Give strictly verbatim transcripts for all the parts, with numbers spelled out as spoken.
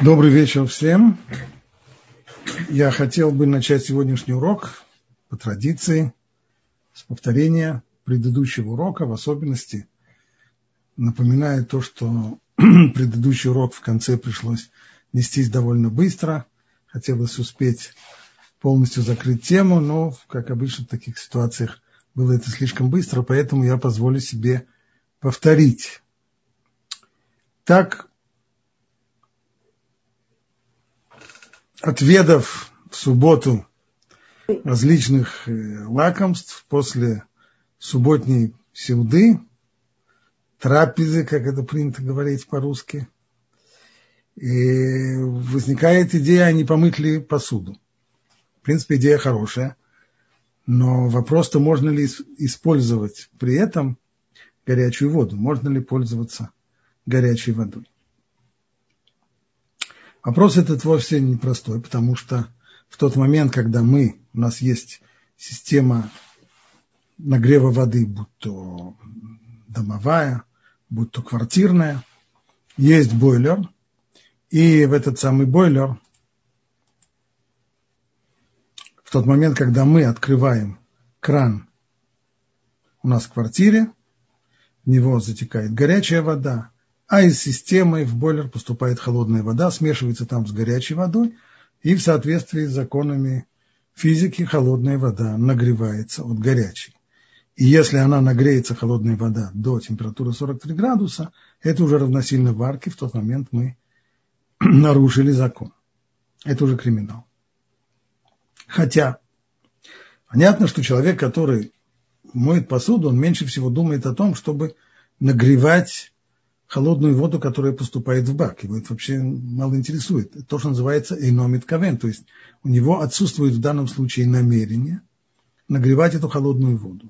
Добрый вечер всем. Я хотел бы начать сегодняшний урок по традиции с повторения предыдущего урока, в особенности напоминаю то, что предыдущий урок в конце пришлось нестись довольно быстро. Хотелось успеть полностью закрыть тему, но, как обычно в таких ситуациях, было это слишком быстро, поэтому я позволю себе повторить. Так, отведав в субботу различных лакомств после субботней сеуды, трапезы, как это принято говорить по-русски, и возникает идея, а не помыть ли посуду. В принципе, идея хорошая, но вопрос-то, можно ли использовать при этом горячую воду, можно ли пользоваться горячей водой. Вопрос этот вовсе непростой, потому что в тот момент, когда мы, у нас есть система нагрева воды, будь то домовая, будь то квартирная, есть бойлер, и в этот самый бойлер, в тот момент, когда мы открываем кран у нас в квартире, в него затекает горячая вода, а из системы в бойлер поступает холодная вода, смешивается там с горячей водой, и в соответствии с законами физики холодная вода нагревается от горячей. И если она нагреется, холодная вода, до температуры сорок три градуса, это уже равносильно варке, в тот момент мы нарушили закон. Это уже криминал. Хотя, понятно, что человек, который моет посуду, он меньше всего думает о том, чтобы нагревать холодную воду, которая поступает в бак. Его это вообще мало интересует. Это то, что называется эйно миткавен, то есть у него отсутствует в данном случае намерение нагревать эту холодную воду.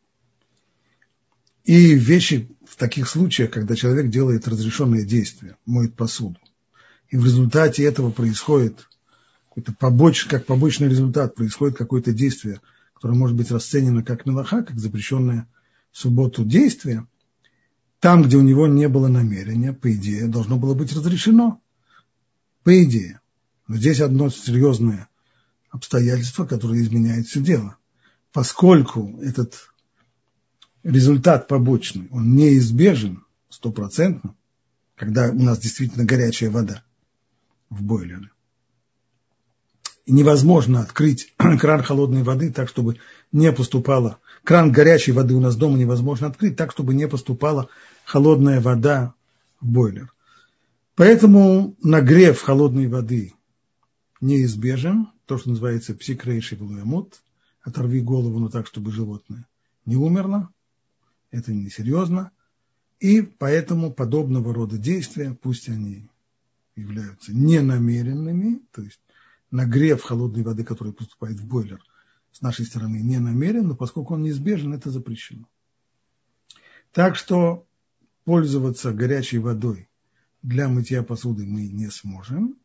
И вещи в таких случаях, когда человек делает разрешенные действия, моет посуду, и в результате этого происходит какой-то побоч, как побочный результат, происходит какое-то действие, которое может быть расценено как мелаха, как запрещенное в субботу действие, там, где у него не было намерения, по идее, должно было быть разрешено. По идее. Но здесь одно серьезное обстоятельство, которое изменяет все дело. Поскольку этот результат побочный, он неизбежен стопроцентно, когда у нас действительно горячая вода в бойлере. И невозможно открыть кран холодной воды так, чтобы не поступала... Кран горячей воды у нас дома невозможно открыть так, чтобы не поступала холодная вода в бойлер. Поэтому нагрев холодной воды неизбежен. То, что называется псик рейши велуямут. Оторви голову, но так, чтобы животное не умерло. Это несерьезно. И поэтому подобного рода действия, пусть они являются ненамеренными, то есть нагрев холодной воды, которая поступает в бойлер, с нашей стороны не намерен, но поскольку он неизбежен, это запрещено. Так что пользоваться горячей водой для мытья посуды мы не сможем.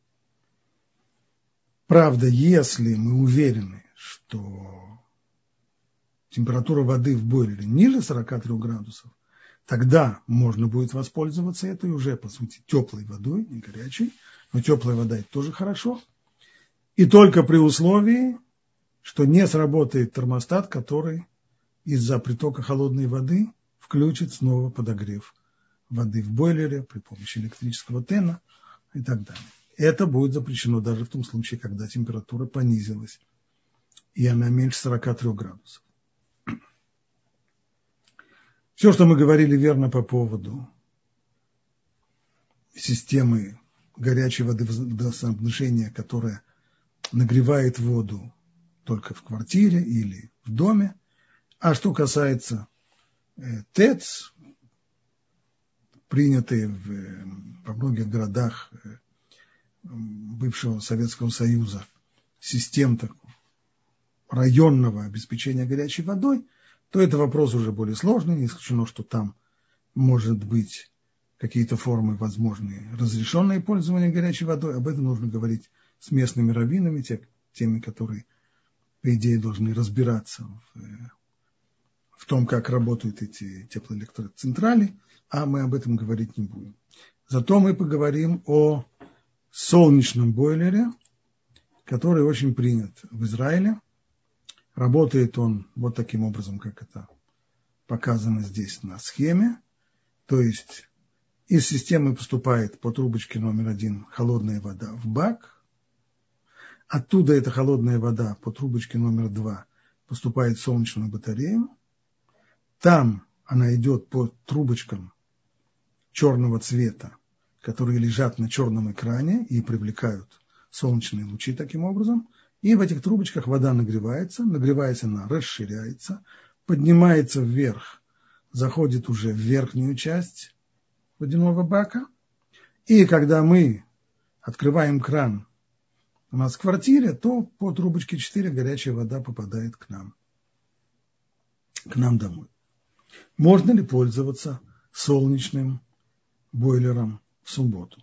Правда, если мы уверены, что температура воды в бойлере ниже сорока трёх градусов, тогда можно будет воспользоваться этой уже, по сути, теплой водой, не горячей, но теплая вода – это тоже хорошо. И только при условии, что не сработает термостат, который из-за притока холодной воды включит снова подогрев воды в бойлере при помощи электрического тена и так далее. Это будет запрещено даже в том случае, когда температура понизилась, и она меньше сорока трёх градусов. Все, что мы говорили, верно по поводу системы горячей водоснабжения, которая нагревает воду только в квартире или в доме. А что касается э, ТЭЦ, принятые в, э, во многих городах э, бывшего Советского Союза систем такого районного обеспечения горячей водой, то это вопрос уже более сложный. Не исключено, что там может быть какие-то формы возможные разрешенные пользования горячей водой. Об этом нужно говорить с местными раввинами, теми, которые, по идее, должны разбираться в, в том, как работают эти теплоэлектроцентрали, а мы об этом говорить не будем. Зато мы поговорим о солнечном бойлере, который очень принят в Израиле. Работает он вот таким образом, как это показано здесь на схеме. То есть из системы поступает по трубочке номер один холодная вода в бак. Оттуда эта холодная вода по трубочке номер два поступает в солнечную батарею. Там она идет по трубочкам черного цвета, которые лежат на черном экране и привлекают солнечные лучи таким образом. И в этих трубочках вода нагревается, нагреваясь она расширяется, поднимается вверх, заходит уже в верхнюю часть водяного бака. И когда мы открываем кран у нас в квартире, то по трубочке четыре горячая вода попадает к нам, к нам домой. Можно ли пользоваться солнечным бойлером в субботу?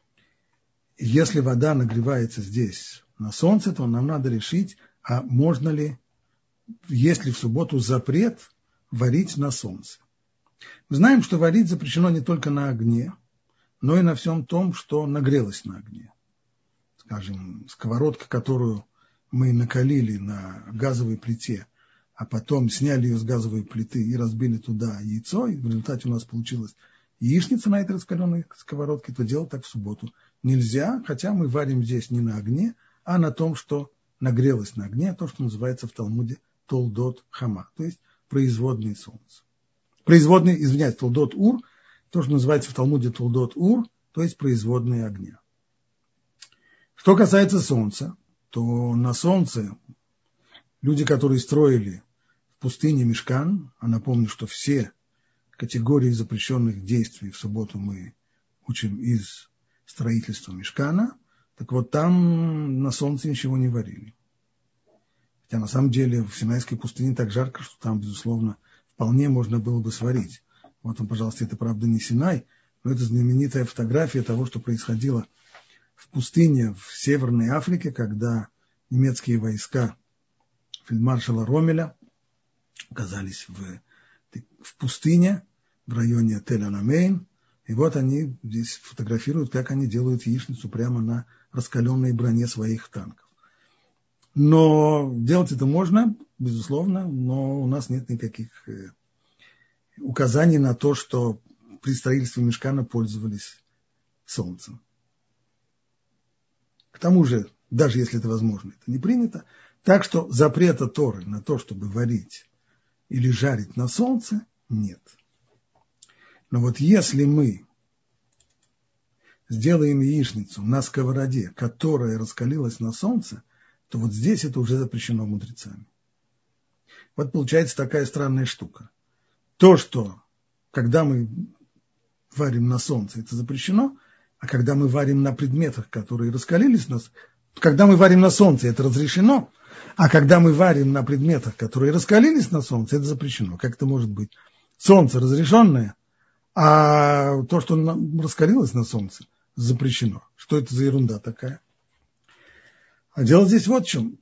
Если вода нагревается здесь на солнце, то нам надо решить, а можно ли, есть ли в субботу запрет варить на солнце. Мы знаем, что варить запрещено не только на огне, но и на всем том, что нагрелось на огне. Скажем, сковородка, которую мы накалили на газовой плите, а потом сняли ее с газовой плиты и разбили туда яйцо, и в результате у нас получилась яичница на этой раскаленной сковородке, то делать так в субботу нельзя, хотя мы варим здесь не на огне, а на том, что нагрелось на огне, то, что называется в Талмуде толдот хама, то есть производные солнца. Производные, извиняюсь, толдот ур, то, что называется в Талмуде толдот ур, то есть производные огня. Что касается солнца, то на солнце люди, которые строили в пустыне мишкан, а напомню, что все категории запрещенных действий в субботу мы учим из строительства мишкана, так вот там на солнце ничего не варили. Хотя на самом деле в Синайской пустыне так жарко, что там, безусловно, вполне можно было бы сварить. Вот он, пожалуйста, это правда не Синай, но это знаменитая фотография того, что происходило в пустыне в Северной Африке, когда немецкие войска фельдмаршала Роммеля оказались в, в пустыне в районе Тель-Анамейн. И вот они здесь фотографируют, как они делают яичницу прямо на раскаленной броне своих танков. Но делать это можно, безусловно, но у нас нет никаких указаний на то, что при строительстве мишкана пользовались солнцем. К тому же, даже если это возможно, это не принято. Так что запрета Торы на то, чтобы варить или жарить на солнце, нет. Но вот если мы сделаем яичницу на сковороде, которая раскалилась на солнце, то вот здесь это уже запрещено мудрецами. Вот получается такая странная штука. То, что когда мы варим на солнце, это запрещено, а когда мы варим на предметах, которые раскалились, когда мы варим на солнце, это разрешено, а когда мы варим на предметах, которые раскалились на солнце, это запрещено. Как это может быть? Солнце разрешенное, а то, что раскалилось на солнце, запрещено. Что это за ерунда такая? А дело здесь вот в чем.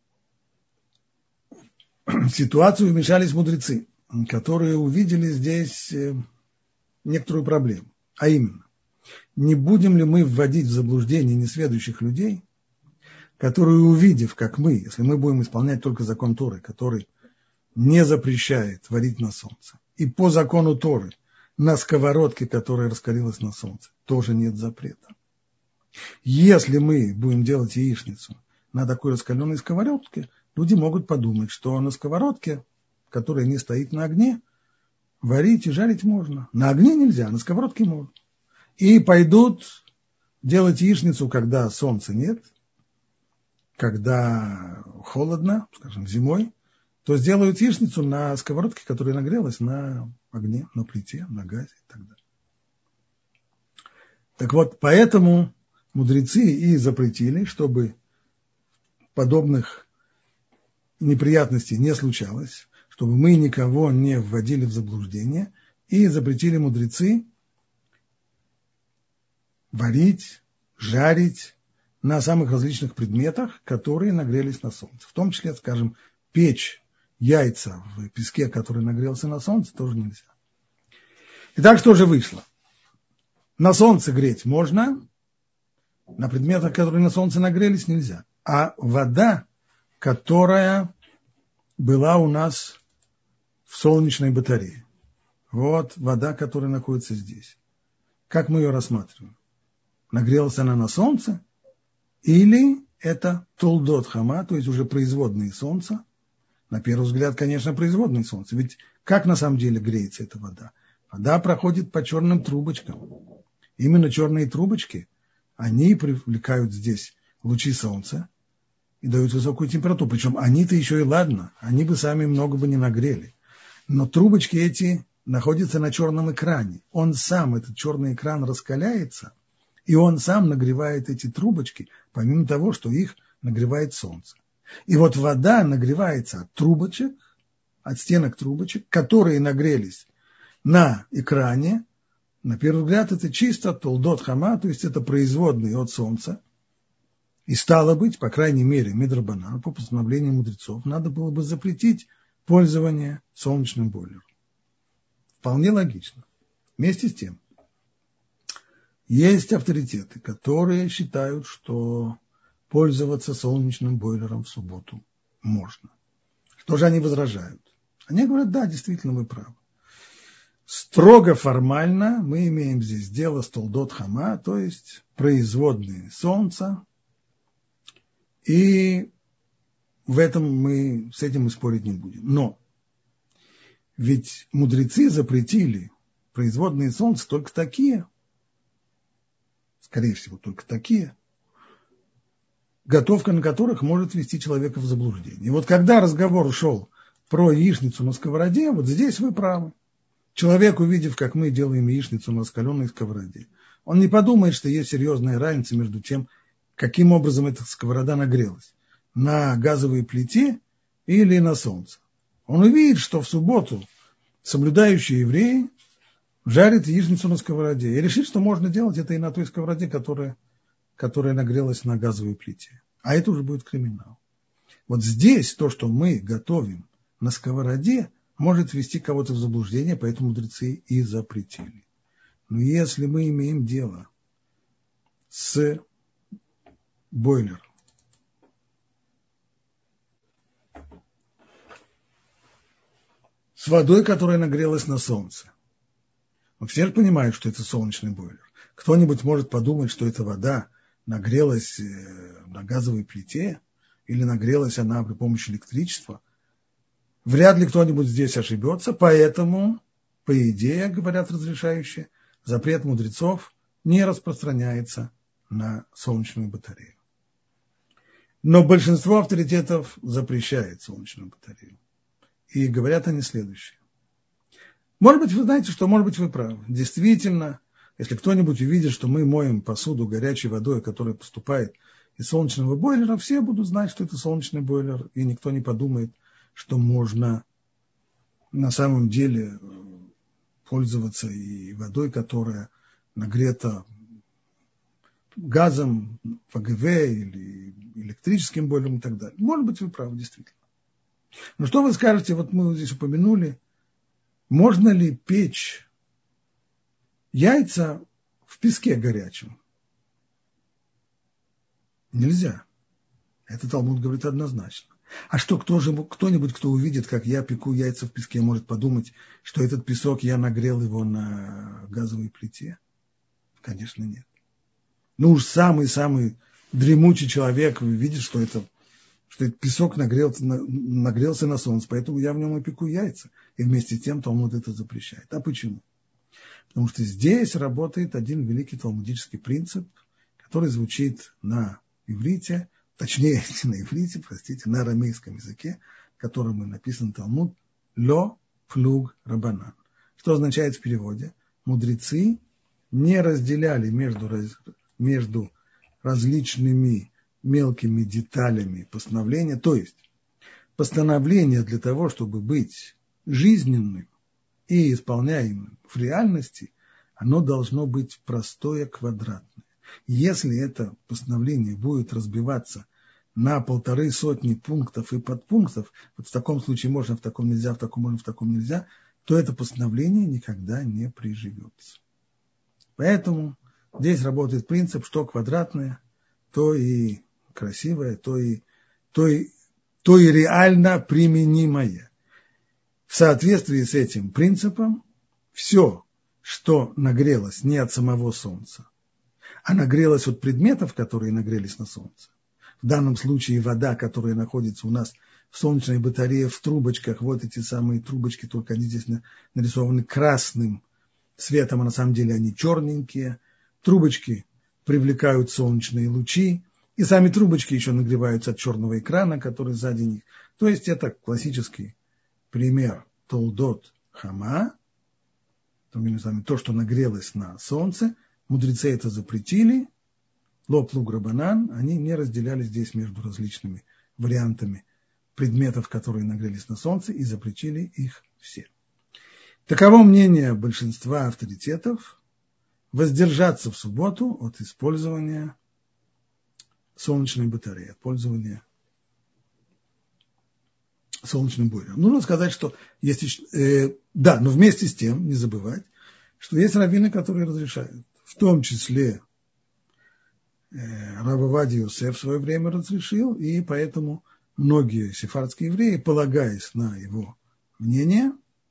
В ситуацию вмешались мудрецы, которые увидели здесь некоторую проблему. А именно, не будем ли мы вводить в заблуждение несведущих людей, которые, увидев, как мы, если мы будем исполнять только закон Торы, который не запрещает варить на солнце, и по закону Торы на сковородке, которая раскалилась на солнце, тоже нет запрета. Если мы будем делать яичницу на такой раскаленной сковородке, люди могут подумать, что на сковородке, которая не стоит на огне, варить и жарить можно. На огне нельзя, на сковородке можно. И пойдут делать яичницу, когда солнца нет, когда холодно, скажем, зимой, то сделают яичницу на сковородке, которая нагрелась на огне, на плите, на газе и так далее. Так вот, поэтому мудрецы и запретили, чтобы подобных неприятностей не случалось, чтобы мы никого не вводили в заблуждение, и запретили мудрецы варить, жарить на самых различных предметах, которые нагрелись на солнце. В том числе, скажем, печь яйца в песке, который нагрелся на солнце, тоже нельзя. Итак, что же вышло? На солнце греть можно, На предметах, которые на солнце нагрелись, нельзя. А вода, которая была у нас в солнечной батарее. Вот вода, которая находится здесь. Как мы ее рассматриваем? Нагрелась она на солнце? Или это толдот хама, то есть уже производные солнца? На первый взгляд, конечно, производные солнца. Ведь как на самом деле греется эта вода? Вода проходит по черным трубочкам. Именно черные трубочки, они привлекают здесь лучи солнца и дают высокую температуру. Причем они-то еще и ладно, они бы сами много бы не нагрели. Но трубочки эти находятся на черном экране. Он сам, этот черный экран, раскаляется, и он сам нагревает эти трубочки, помимо того, что их нагревает солнце. И вот вода нагревается от трубочек, от стенок трубочек, которые нагрелись на экране. На первый взгляд это чисто толдот хама, то есть это производные от солнца. И стало быть, по крайней мере, мидрабанан, по постановлению мудрецов, надо было бы запретить пользование солнечным бойлером. Вполне логично. Вместе с тем, есть авторитеты, которые считают, что пользоваться солнечным бойлером в субботу можно. Что же они возражают? Они говорят, да, действительно, вы правы. Строго формально мы имеем здесь дело с толдот хама, то есть производные солнца, и в этом мы, с этим мы спорить не будем. Но ведь мудрецы запретили производные солнца только такие, скорее всего, только такие, готовка на которых может ввести человека в заблуждение. И вот когда разговор шел про яичницу на сковороде, вот здесь вы правы. Человек, увидев, как мы делаем яичницу на раскаленной сковороде, он не подумает, что есть серьезная разница между тем, каким образом эта сковорода нагрелась. На газовой плите или на солнце. Он увидит, что в субботу соблюдающие евреи жарят яичницу на сковороде. И решит, что можно делать это и на той сковороде, которая, которая нагрелась на газовой плите. А это уже будет криминал. Вот здесь то, что мы готовим на сковороде, может ввести кого-то в заблуждение, поэтому мудрецы и запретили. Но если мы имеем дело с бойлером, с водой, которая нагрелась на солнце, ну, все же понимают, что это солнечный бойлер. Кто-нибудь может подумать, что эта вода нагрелась на газовой плите или нагрелась она при помощи электричества. Вряд ли кто-нибудь здесь ошибется, поэтому, по идее, говорят разрешающие, запрет мудрецов не распространяется на солнечную батарею. Но большинство авторитетов запрещает солнечную батарею. И говорят они следующее. Может быть, вы знаете, что, может быть, вы правы. Действительно, если кто-нибудь увидит, что мы моем посуду горячей водой, которая поступает из солнечного бойлера, все будут знать, что это солнечный бойлер, и никто не подумает, что можно на самом деле пользоваться и водой, которая нагрета газом, ФГВ или электрическим бойлером и так далее. Может быть, вы правы, действительно. Но что вы скажете, вот мы здесь упомянули, можно ли печь яйца в песке горячем? Нельзя. Это Талмуд говорит однозначно. А что, кто же, кто-нибудь, кто увидит, как я пеку яйца в песке, может подумать, что этот песок, я нагрел его на газовой плите? Конечно, нет. Ну уж самый-самый дремучий человек видит, что это, что этот песок нагрелся, нагрелся на солнце, поэтому я в нем и пеку яйца. И вместе с тем Талмуд это запрещает. А почему? Потому что здесь работает один великий талмудический принцип, который звучит на иврите, точнее, не на иврите, простите, на арамейском языке, которым и написан Талмуд, «Ло плуг рабанан». Что означает в переводе? Мудрецы не разделяли между, между различными мелкими деталями постановления, то есть постановление для того, чтобы быть жизненным и исполняемым в реальности, оно должно быть простое, квадратное. Если это постановление будет разбиваться на полторы сотни пунктов и подпунктов, вот в таком случае можно, в таком нельзя, в таком можно, в таком нельзя, то это постановление никогда не приживется. Поэтому Здесь работает принцип, что квадратное, то и красивое, то и, то и, то и реально применимое. В соответствии с этим принципом все, что нагрелось не от самого Солнца, а нагрелось от предметов, которые нагрелись на Солнце. В данном случае вода, которая находится у нас в солнечной батарее, в трубочках, вот эти самые трубочки, только они здесь нарисованы красным цветом, а на самом деле они черненькие. Трубочки привлекают солнечные лучи, и сами трубочки еще нагреваются от черного экрана, который сзади них. То есть это классический пример толдот хама, то, что нагрелось на солнце. Мудрецы это запретили, ло плуг рабанан, они не разделяли здесь между различными вариантами предметов, которые нагрелись на солнце, и запретили их все. Таково мнение большинства авторитетов воздержаться в субботу от использования солнечной батареи, от пользования солнечным бойлером. Нужно сказать, что есть, э, да, но вместе с тем не забывать, что есть раввины, которые разрешают. В том числе э, Рав Овадия Йосеф в свое время разрешил, и поэтому многие сефардские евреи, полагаясь на его мнение,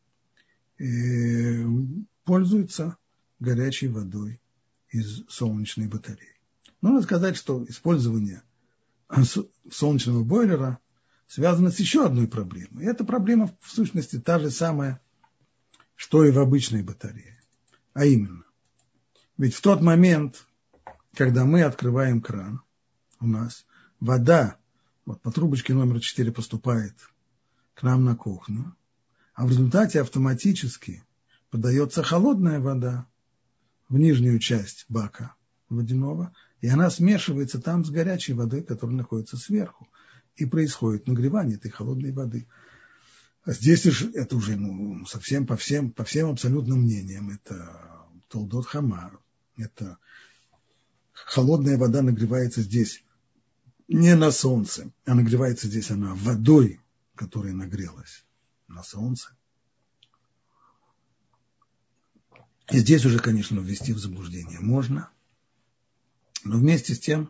э, пользуются горячей водой из солнечной батареи. Нужно сказать, что использование солнечного бойлера связано с еще одной проблемой. И эта проблема в сущности та же самая, что и в обычной батарее. А именно, ведь в тот момент, когда мы открываем кран, у нас вода вот по трубочке номер четыре поступает к нам на кухню, а в результате автоматически подается холодная вода в нижнюю часть бака водяного, и она смешивается там с горячей водой, которая находится сверху, и происходит нагревание этой холодной воды. А здесь это уже ну, совсем по всем, по всем абсолютным мнениям. Это толдот хама. Это холодная вода нагревается здесь не на солнце, а нагревается здесь она водой, которая нагрелась на солнце. И здесь уже, конечно, ввести в заблуждение можно. Но вместе с тем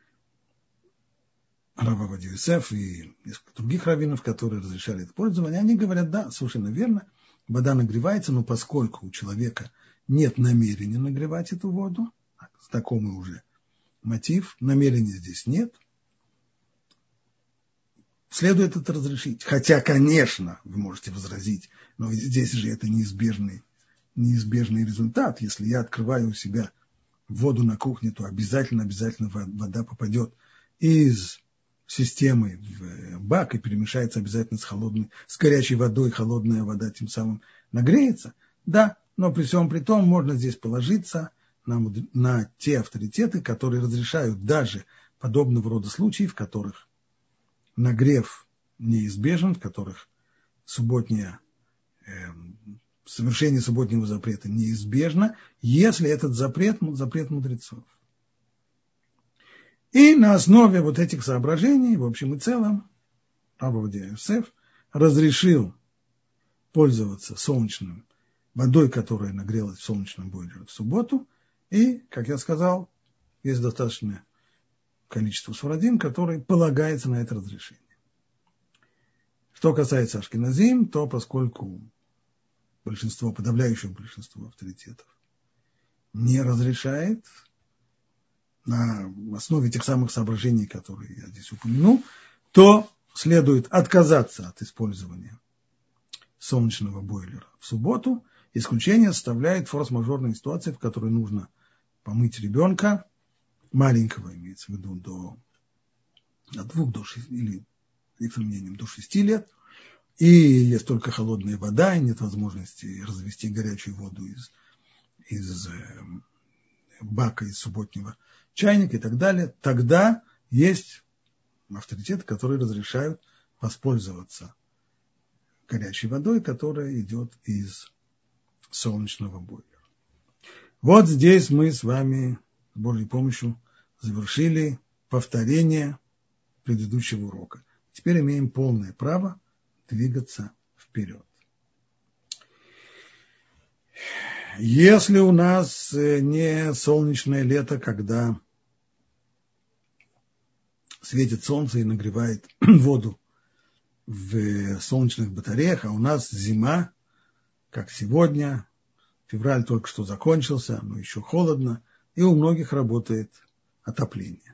Рав Овадия Йосеф и несколько других раввинов, которые разрешали это пользование, они говорят, да, совершенно верно, вода нагревается, но поскольку у человека нет намерения нагревать эту воду, знакомый уже мотив, намерения здесь нет, следует это разрешить. Хотя, конечно, вы можете возразить, но здесь же это неизбежный, неизбежный результат. Если я открываю у себя воду на кухне, то обязательно, обязательно вода попадет из системы в бак и перемешается обязательно с холодной, с горячей водой, холодная вода тем самым нагреется. Да, но при всем при том можно здесь положиться на, на те авторитеты, которые разрешают даже подобного рода случаи, в которых нагрев неизбежен, в которых субботняя, э, совершение субботнего запрета неизбежно, если этот запрет, запрет мудрецов. И на основе вот этих соображений, в общем и целом, Рав Овадия Йосеф разрешил пользоваться солнечным водой, которая нагрелась в солнечном бойлере в субботу. И, как я сказал, есть достаточное количество сфарадим, которые полагаются на это разрешение. Что касается ашкеназим, то поскольку большинство, подавляющее большинство авторитетов не разрешает, на основе тех самых соображений, которые я здесь упомянул, то следует отказаться от использования солнечного бойлера в субботу. Исключение составляет форс-мажорные ситуации, в которой нужно помыть ребенка, маленького, имеется в виду, до, от двух до шести, или, некоторым мнением, до шести лет, и есть только холодная вода, и нет возможности развести горячую воду из, из бака, из субботнего чайника и так далее, тогда есть авторитеты, которые разрешают воспользоваться горячей водой, которая идет из солнечного бойлера. Вот здесь мы с вами с Божьей помощью завершили повторение предыдущего урока. Теперь имеем полное право двигаться вперед. Если у нас не солнечное лето, когда светит солнце и нагревает воду в солнечных батареях, а у нас зима, как сегодня, февраль только что закончился, но еще холодно, и у многих работает отопление.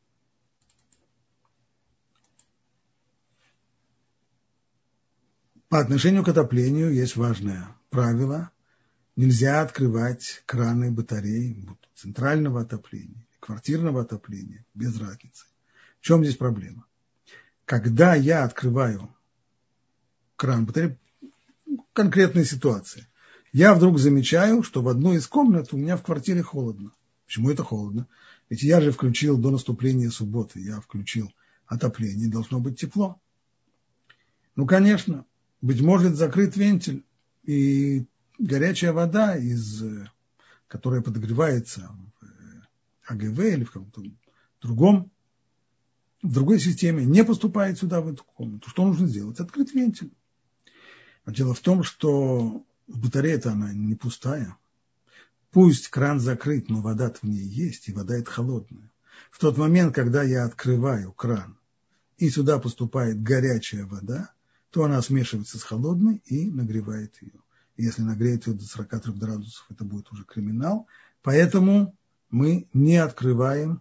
По отношению к отоплению есть важное правило. Нельзя открывать краны батарей центрального отопления, квартирного отопления, без разницы. В чем здесь проблема? Когда я открываю кран батареи, конкретная ситуация, я вдруг замечаю, что в одной из комнат у меня в квартире холодно. Почему это холодно? Ведь я же включил до наступления субботы, я включил отопление, должно быть тепло. Ну, конечно, быть может, закрыт вентиль, и горячая вода, из, которая подогревается в АГВ или в каком-то другом, в другой системе, не поступает сюда, в эту комнату. Что нужно сделать? Открыть вентиль. А дело в том, что батарея-то она не пустая. Пусть кран закрыт, но вода-то в ней есть, и вода эта холодная. В тот момент, когда я открываю кран, и сюда поступает горячая вода, то она смешивается с холодной и нагревает ее. Если нагреет ее до сорока трёх градусов, это будет уже криминал. Поэтому мы не открываем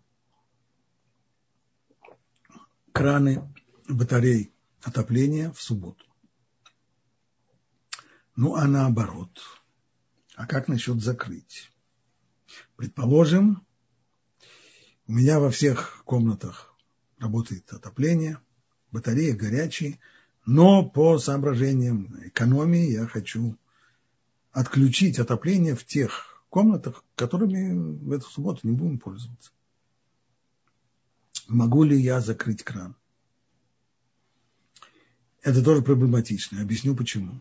краны батарей отопления в субботу. Ну, а наоборот. А как насчет закрыть? Предположим, у меня во всех комнатах работает отопление, батареи горячие, но по соображениям экономии я хочу отключить отопление в тех комнатах, которыми в эту субботу не будем пользоваться. Могу ли я закрыть кран? Это тоже проблематично. Объясню почему.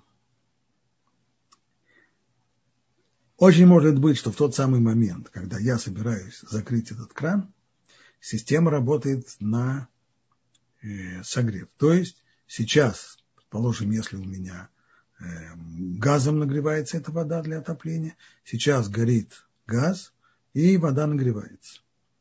Очень может быть, что в тот самый момент, когда я собираюсь закрыть этот кран, система работает на э, согрев. То есть сейчас, предположим, если у меня э, газом нагревается эта вода для отопления, сейчас горит газ, и вода нагревается.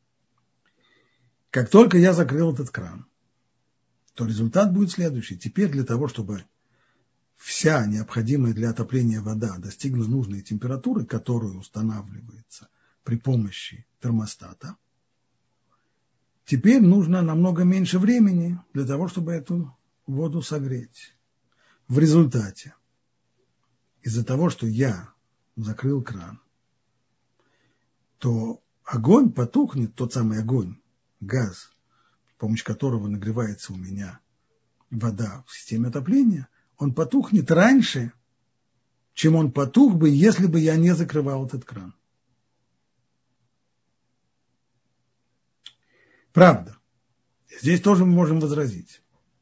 Как только я закрыл этот кран, то результат будет следующий. Теперь для того, чтобы вся необходимая для отопления вода достигла нужной температуры, которая устанавливается при помощи термостата, теперь нужно намного меньше времени для того, чтобы эту воду согреть. В результате, из-за того, что я закрыл кран, то огонь потухнет, тот самый огонь, газ, с помощью которого нагревается у меня вода в системе отопления, он потухнет раньше, чем он потух бы, если бы я не закрывал этот кран. Правда. Здесь тоже мы можем возразить.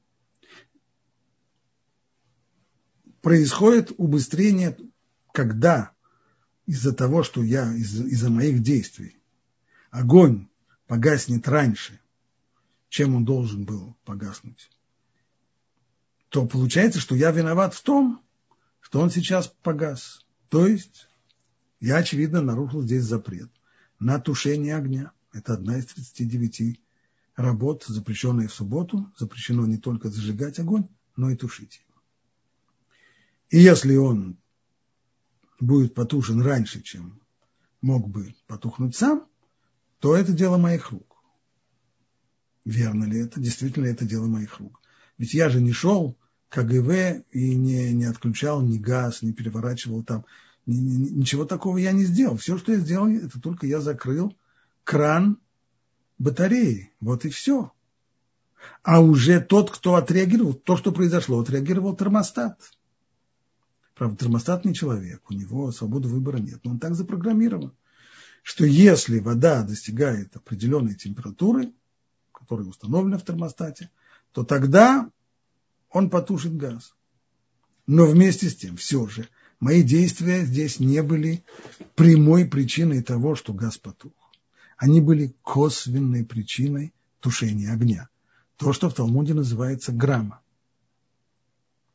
Происходит убыстрение, когда из-за того, что я, из- из-за моих действий, огонь погаснет раньше, чем он должен был погаснуть, то получается, что я виноват в том, что он сейчас погас. То есть я, очевидно, нарушил здесь запрет на тушение огня. Это одна из тридцати девяти работ, запрещенная в субботу. Запрещено не только зажигать огонь, но и тушить его. И если он будет потушен раньше, чем мог бы потухнуть сам, то это дело моих рук. Верно ли это? Действительно ли это дело моих рук? Ведь я же не шел к АГВ и не, не отключал ни газ, не переворачивал там. Ни, ни, ничего такого я не сделал. Все, что я сделал, это только я закрыл кран батареи. Вот и все. А уже тот, кто отреагировал, то, что произошло, отреагировал термостат. Правда, термостат не человек, у него свободы выбора нет. Но он так запрограммирован, что если вода достигает определенной температуры, которая установлена в термостате, то тогда он потушит газ. Но вместе с тем, все же, мои действия здесь не были прямой причиной того, что газ потух. Они были косвенной причиной тушения огня. То, что в Талмуде называется грамма.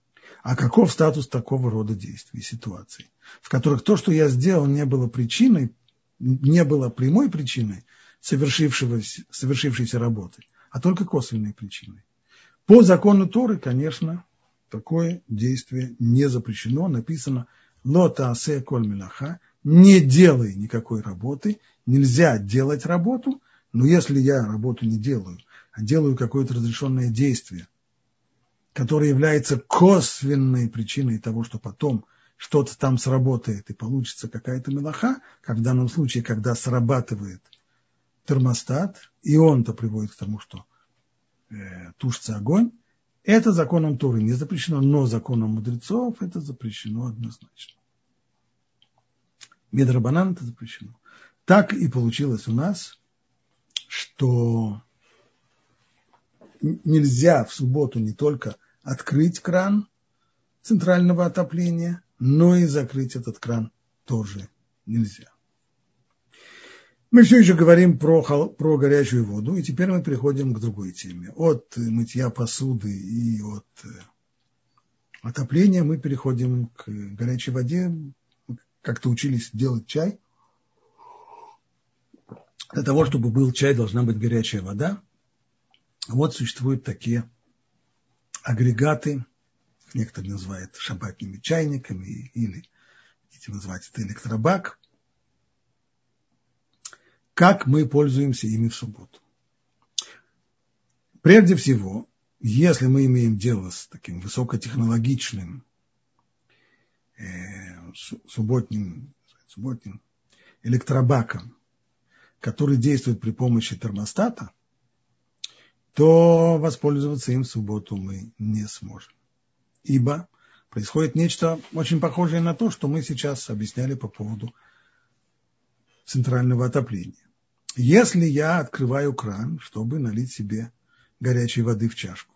А каков статус такого рода действий, ситуаций, в которых то, что я сделал, не было причиной, не было прямой причиной совершившегося, совершившейся работы, а только косвенной причиной. По закону Торы, конечно, такое действие не запрещено. Написано «Ло таасе коль мелаха», не делай никакой работы, нельзя делать работу, но если я работу не делаю, а делаю какое-то разрешенное действие, которое является косвенной причиной того, что потом что-то там сработает и получится какая-то мелаха, как в данном случае, когда срабатывает термостат, и он-то приводит к тому, что э, тушится огонь, это законом Торы не запрещено, но законом мудрецов это запрещено однозначно. Мидрабанан это запрещено. Так и получилось у нас, что нельзя в субботу не только открыть кран центрального отопления, но и закрыть этот кран тоже нельзя. Мы все еще говорим про, про горячую воду, и теперь мы переходим к другой теме. От мытья посуды и от отопления мы переходим к горячей воде. Как-то учились делать чай. Для того, чтобы был чай, должна быть горячая вода. Вот существуют такие агрегаты, некоторые называют шабатными чайниками, или хотите назвать это электробак. Как мы пользуемся ими в субботу? Прежде всего, если мы имеем дело с таким высокотехнологичным э, субботним, субботним электробаком, который действует при помощи термостата, то воспользоваться им в субботу мы не сможем. Ибо происходит нечто очень похожее на то, что мы сейчас объясняли по поводу центрального отопления. Если я открываю кран, чтобы налить себе горячей воды в чашку,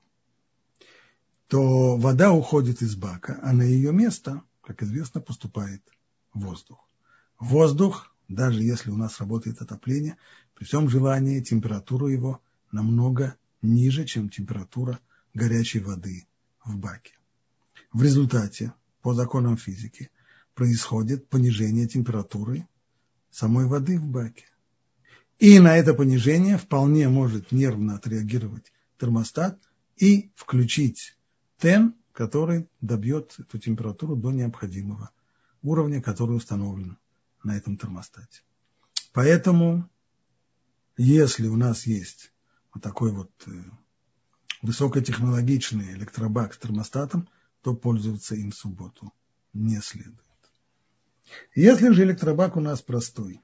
то вода уходит из бака, а на ее место, как известно, поступает воздух. Воздух, даже если у нас работает отопление, при всем желании температура его намного ниже, чем температура горячей воды в баке. В результате, по законам физики, происходит понижение температуры самой воды в баке. И на это понижение вполне может нервно отреагировать термостат и включить тен, который добьет эту температуру до необходимого уровня, который установлен на этом термостате. Поэтому, если у нас есть вот такой вот высокотехнологичный электробак с термостатом, то пользоваться им в субботу не следует. Если же электробак у нас простой,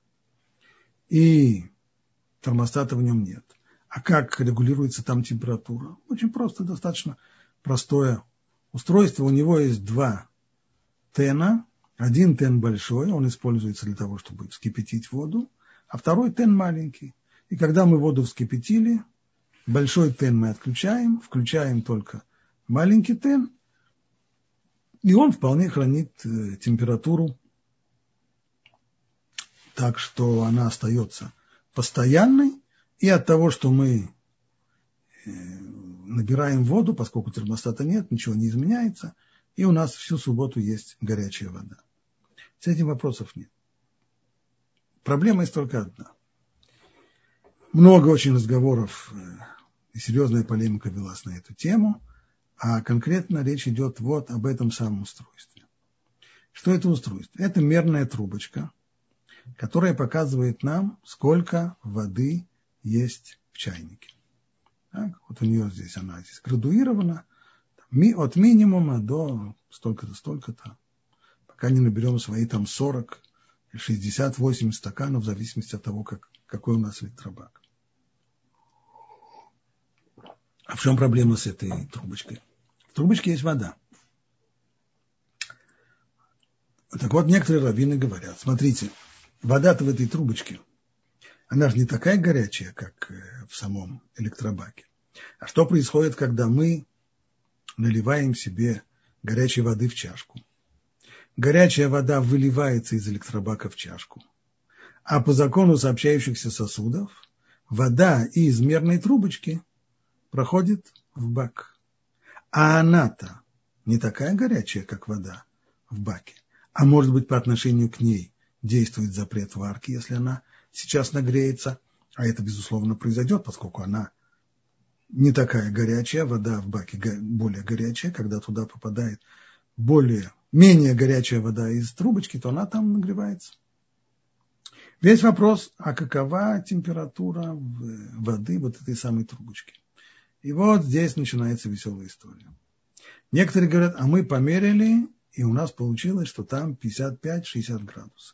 и термостата в нем нет, а как регулируется там температура? Очень просто, достаточно простое устройство. У него есть два тена. Один тен большой, он используется для того, чтобы вскипятить воду, а второй тен маленький. И когда мы воду вскипятили, большой тен мы отключаем, включаем только маленький тен, и он вполне хранит температуру так, что она остается постоянной, и от того, что мы набираем воду, поскольку термостата нет, ничего не изменяется, и у нас всю субботу есть горячая вода. С этим вопросов нет. Проблема есть только одна. Много очень разговоров и серьезная полемика велась на эту тему, а конкретно речь идет вот об этом самом устройстве. Что это устройство? Это мерная трубочка, которая показывает нам, сколько воды есть в чайнике. Так, вот у нее здесь, она здесь градуирована, от минимума до столько-то, столько-то, пока не наберем свои там сорок, шестьдесят, восемьдесят стаканов, в зависимости от того, как, какой у нас электробак. А в чем проблема с этой трубочкой? В трубочке есть вода. Так вот, некоторые раввины говорят, смотрите, вода-то в этой трубочке, она же не такая горячая, как в самом электробаке. А что происходит, когда мы наливаем себе горячей воды в чашку? Горячая вода выливается из электробака в чашку. А по закону сообщающихся сосудов, вода из мерной трубочки проходит в бак. А она-то не такая горячая, как вода в баке, а может быть по отношению к ней действует запрет варки, если она сейчас нагреется, а это, безусловно, произойдет, поскольку она не такая горячая, вода в баке более горячая, когда туда попадает более, менее горячая вода из трубочки, то она там нагревается. Весь вопрос, а какова температура воды вот этой самой трубочки. И вот здесь начинается веселая история. Некоторые говорят, а мы померили, и у нас получилось, что там пятьдесят пять - шестьдесят градусов.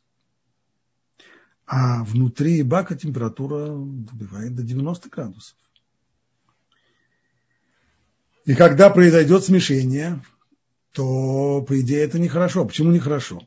А внутри бака температура добивает до девяноста градусов. И когда произойдет смешение, то, по идее, это нехорошо. Почему нехорошо?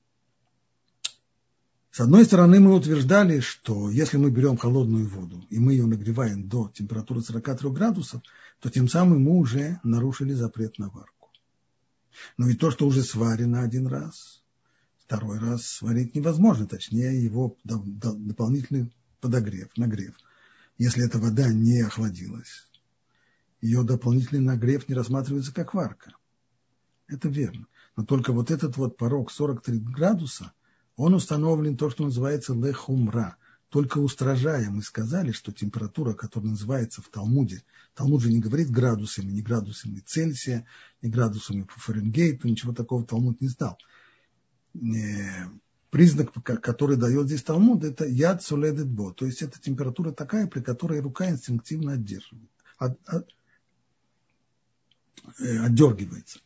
С одной стороны, мы утверждали, что если мы берем холодную воду, и мы ее нагреваем до температуры сорок три градусов, то тем самым мы уже нарушили запрет на варку. Но ведь то, что уже сварено один раз, второй раз сварить невозможно, точнее, его дополнительный подогрев, нагрев. Если эта вода не охладилась, ее дополнительный нагрев не рассматривается как варка. Это верно. Но только вот этот вот порог сорок три градуса, он установлен то, что называется лехумра. Только устражая мы сказали, что температура, которая называется в Талмуде, Талмуд же не говорит градусами, не градусами Цельсия, не градусами по Фаренгейту, ничего такого Талмуд не знал. Признак, который дает здесь Талмуд, это яд соледет бо, то есть это температура такая, при которой рука инстинктивно отдерживает, от, от, отдергивается.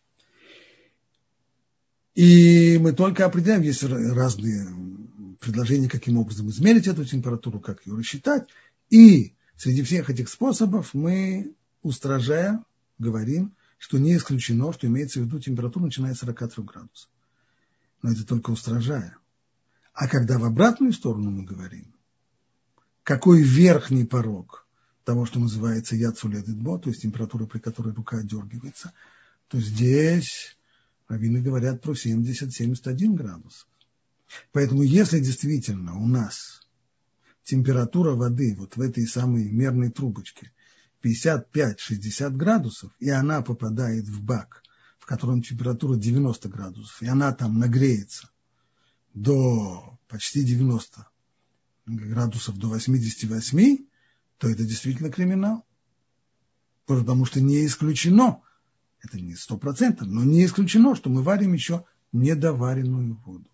И мы только определяем, есть разные предложения, каким образом измерить эту температуру, как ее рассчитать. И среди всех этих способов мы, устражая, говорим, что не исключено, что имеется в виду температура, начиная с сорока трёх градусов. Но это только устражая. А когда в обратную сторону мы говорим, какой верхний порог того, что называется яд соледет бо, то есть температура, при которой рука отдергивается, то здесь раввины говорят про семьдесят - семьдесят один градус. Поэтому если действительно у нас температура воды вот в этой самой мерной трубочке пятьдесят пять - шестьдесят градусов, и она попадает в бак, в котором температура девяносто градусов, и она там нагреется до почти девяноста градусов, до восьмидесяти восьми, то это действительно криминал. Потому что не исключено, это не сто процентов, но не исключено, что мы варим еще недоваренную воду.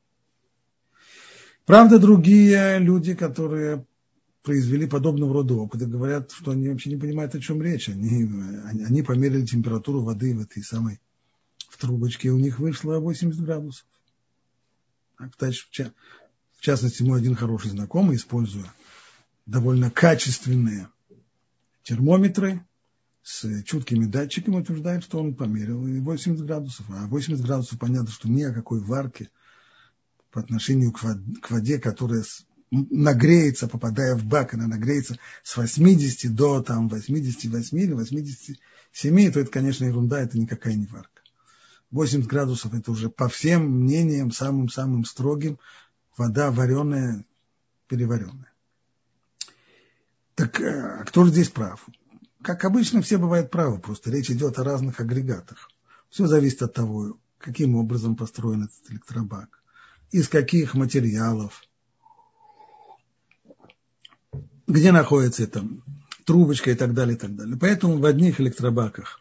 Правда, другие люди, которые произвели подобного рода опыты, говорят, что они вообще не понимают, о чем речь. Они, они, они померили температуру воды в этой самой в трубочке, и у них вышло восемьдесят градусов. А, кстати, в частности, мой один хороший знакомый, используя довольно качественные термометры с чуткими датчиками, утверждает, что он померил и восемьдесят градусов. А восемьдесят градусов, понятно, что ни о какой варке по отношению к воде, к воде, которая нагреется, попадая в бак, она нагреется с восьмидесяти до там, восьмидесяти восьми или восьмидесяти семи, то это, конечно, ерунда, это никакая не варка. восемьдесят градусов – это уже по всем мнениям самым-самым строгим вода вареная, переваренная. Так а кто же здесь прав? Как обычно, все бывают правы, просто речь идет о разных агрегатах. Все зависит от того, каким образом построен этот электробак, из каких материалов, где находится эта трубочка и так далее, и так далее. Поэтому в одних электробаках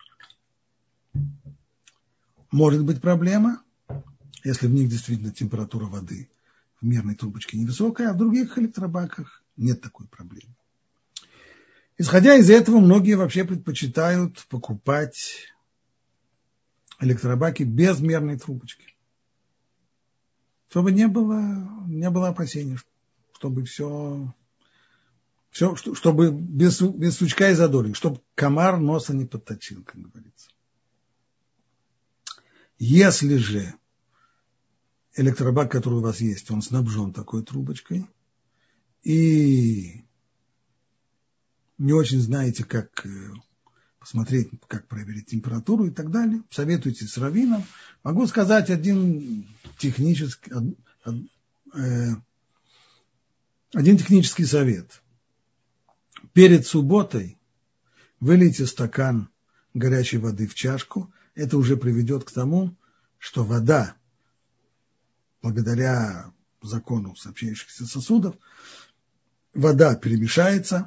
может быть проблема, если в них действительно температура воды в мерной трубочке невысокая, а в других электробаках нет такой проблемы. Исходя из этого, многие вообще предпочитают покупать электробаки без мерной трубочки, чтобы не было, не было опасений, чтобы все, все чтобы без, без сучка и задоринки, чтобы комар носа не подточил, как говорится. Если же электробак, который у вас есть, он снабжен такой трубочкой, и не очень знаете, как посмотреть, как проверить температуру и так далее, советуйте с раввином. Могу сказать один технический, один технический совет. Перед субботой вылейте стакан горячей воды в чашку, это уже приведет к тому, что вода, благодаря закону сообщающихся сосудов, вода перемешается,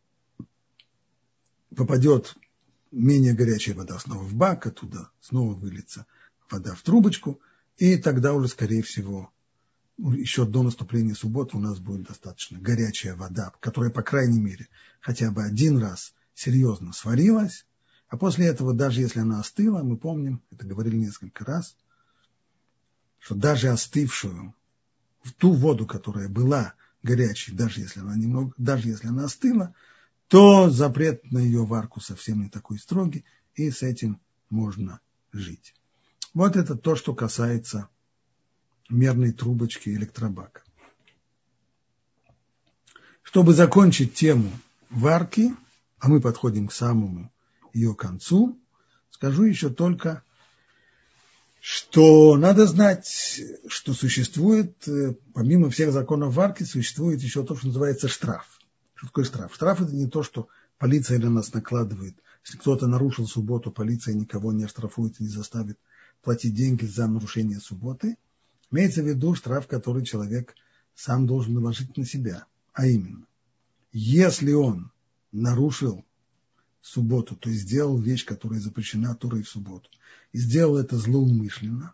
попадет менее горячая вода снова в бак, оттуда снова выльется вода в трубочку, и тогда уже, скорее всего, еще до наступления субботы у нас будет достаточно горячая вода, которая, по крайней мере, хотя бы один раз серьезно сварилась, а после этого, даже если она остыла, мы помним, это говорили несколько раз, что даже остывшую, в ту воду, которая была горячей, даже если она немного, даже если она остыла, то запрет на ее варку совсем не такой строгий, и с этим можно жить. Вот это то, что касается мерной трубочки электробака. Чтобы закончить тему варки, а мы подходим к самому ее концу, скажу еще только, что надо знать, что существует, помимо всех законов варки, существует еще то, что называется штраф. Что такое штраф? Штраф – это не то, что полиция на нас накладывает. Если кто-то нарушил субботу, полиция никого не оштрафует и не заставит платить деньги за нарушение субботы. Имеется в виду штраф, который человек сам должен наложить на себя. А именно, если он нарушил субботу, то есть сделал вещь, которая запрещена Торой в субботу, и сделал это злоумышленно,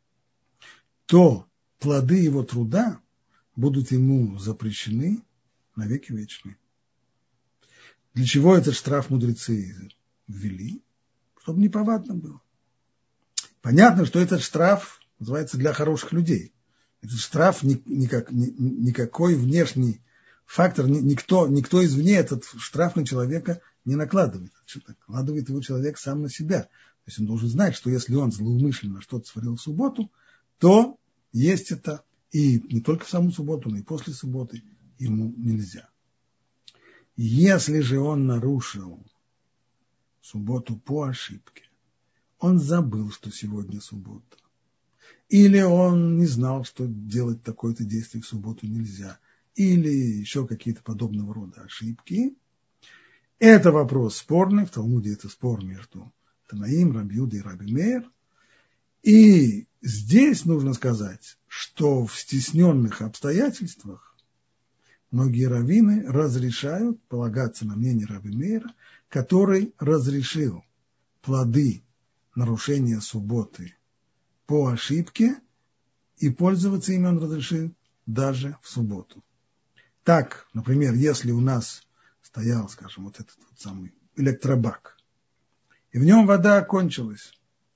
то плоды его труда будут ему запрещены на веки вечные. Для чего этот штраф мудрецы ввели? Чтобы неповадно было. Понятно, что этот штраф называется для хороших людей. Этот штраф никак, никакой внешний фактор, никто, никто извне этот штраф на человека не накладывает. Накладывает его человек сам на себя. То есть он должен знать, что если он злоумышленно что-то сварил в субботу, то есть это и не только в саму субботу, но и после субботы ему нельзя. Если же он нарушил субботу по ошибке, он забыл, что сегодня суббота, или он не знал, что делать такое-то действие в субботу нельзя, или еще какие-то подобного рода ошибки, это вопрос спорный, в Талмуде это спор между Танаим, Раби Юда и Раби Меир, и здесь нужно сказать, что в стесненных обстоятельствах многие раввины разрешают полагаться на мнение Раби Меира, который разрешил плоды нарушения субботы по ошибке, и пользоваться ими он разрешил даже в субботу. Так, например, если у нас стоял, скажем, вот этот вот самый электробак, и в нем вода кончилась,